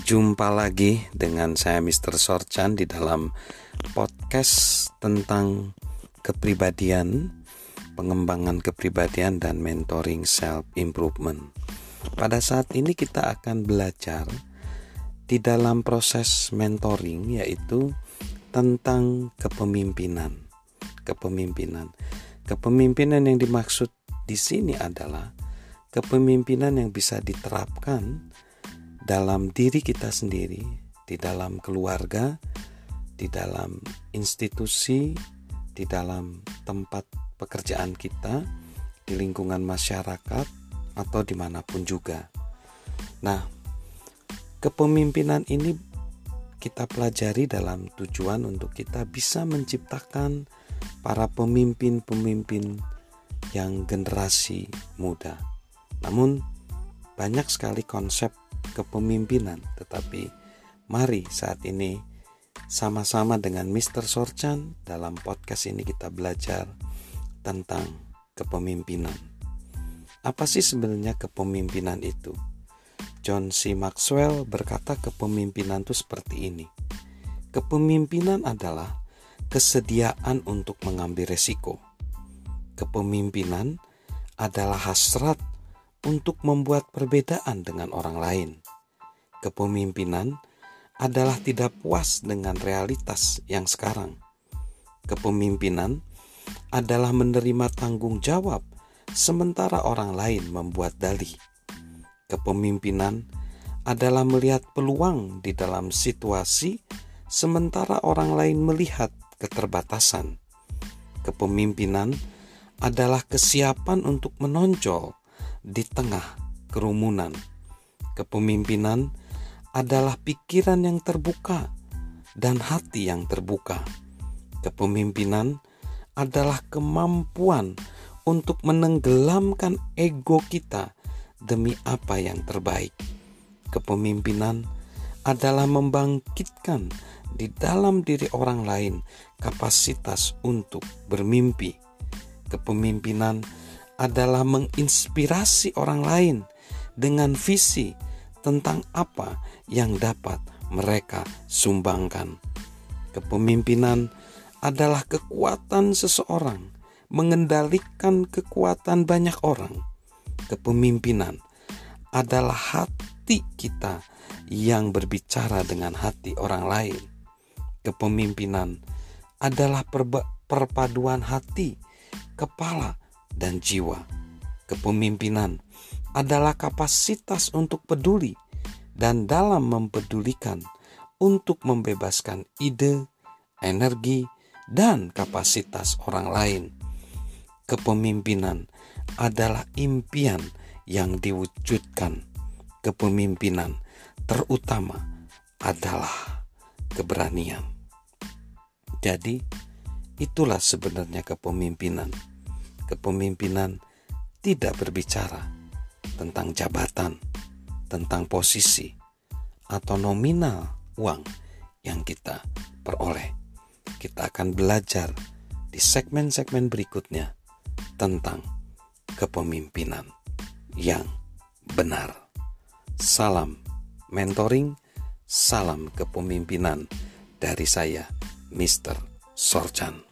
Jumpa lagi dengan saya Mr. Sorchan di dalam podcast tentang kepribadian, pengembangan kepribadian dan mentoring self-improvement. Pada saat ini kita akan belajar di dalam proses mentoring, yaitu tentang kepemimpinan. Kepemimpinan yang dimaksud di sini adalah kepemimpinan yang bisa diterapkan dalam diri kita sendiri, di dalam keluarga, di dalam institusi, di dalam tempat pekerjaan kita, di lingkungan masyarakat, atau dimanapun juga. Nah, kepemimpinan ini kita pelajari dalam tujuan untuk kita bisa menciptakan para pemimpin-pemimpin yang generasi muda. Namun, banyak sekali konsep kepemimpinan, tetapi mari saat ini sama-sama dengan Mr. Sorchan dalam podcast ini kita belajar tentang kepemimpinan. Apa sih sebenarnya kepemimpinan itu? John C. Maxwell berkata kepemimpinan itu seperti ini. Kepemimpinan adalah kesediaan untuk mengambil resiko. Kepemimpinan adalah hasrat untuk membuat perbedaan dengan orang lain. Kepemimpinan adalah tidak puas dengan realitas yang sekarang. Kepemimpinan adalah menerima tanggung jawab sementara orang lain membuat dalih. Kepemimpinan adalah melihat peluang di dalam situasi sementara orang lain melihat keterbatasan. Kepemimpinan adalah kesiapan untuk menonjol di tengah kerumunan. Kepemimpinan adalah pikiran yang terbuka dan hati yang terbuka. Kepemimpinan adalah kemampuan untuk menenggelamkan ego kita demi apa yang terbaik. Kepemimpinan adalah membangkitkan di dalam diri orang lain kapasitas untuk bermimpi. Kepemimpinan adalah menginspirasi orang lain dengan visi tentang apa yang dapat mereka sumbangkan. Kepemimpinan adalah kekuatan seseorang mengendalikan kekuatan banyak orang. Kepemimpinan adalah hati kita yang berbicara dengan hati orang lain. Kepemimpinan adalah perpaduan hati, kepala, dan jiwa. Kepemimpinan adalah kapasitas untuk peduli dan dalam mempedulikan untuk membebaskan ide, energi, dan kapasitas orang lain. Kepemimpinan adalah impian yang diwujudkan. Kepemimpinan terutama adalah keberanian. Jadi, itulah sebenarnya kepemimpinan. Kepemimpinan tidak berbicara tentang jabatan, tentang posisi, atau nominal uang yang kita peroleh. Kita akan belajar di segmen-segmen berikutnya tentang kepemimpinan yang benar. Salam mentoring, salam kepemimpinan dari saya, Mr. Sorchan.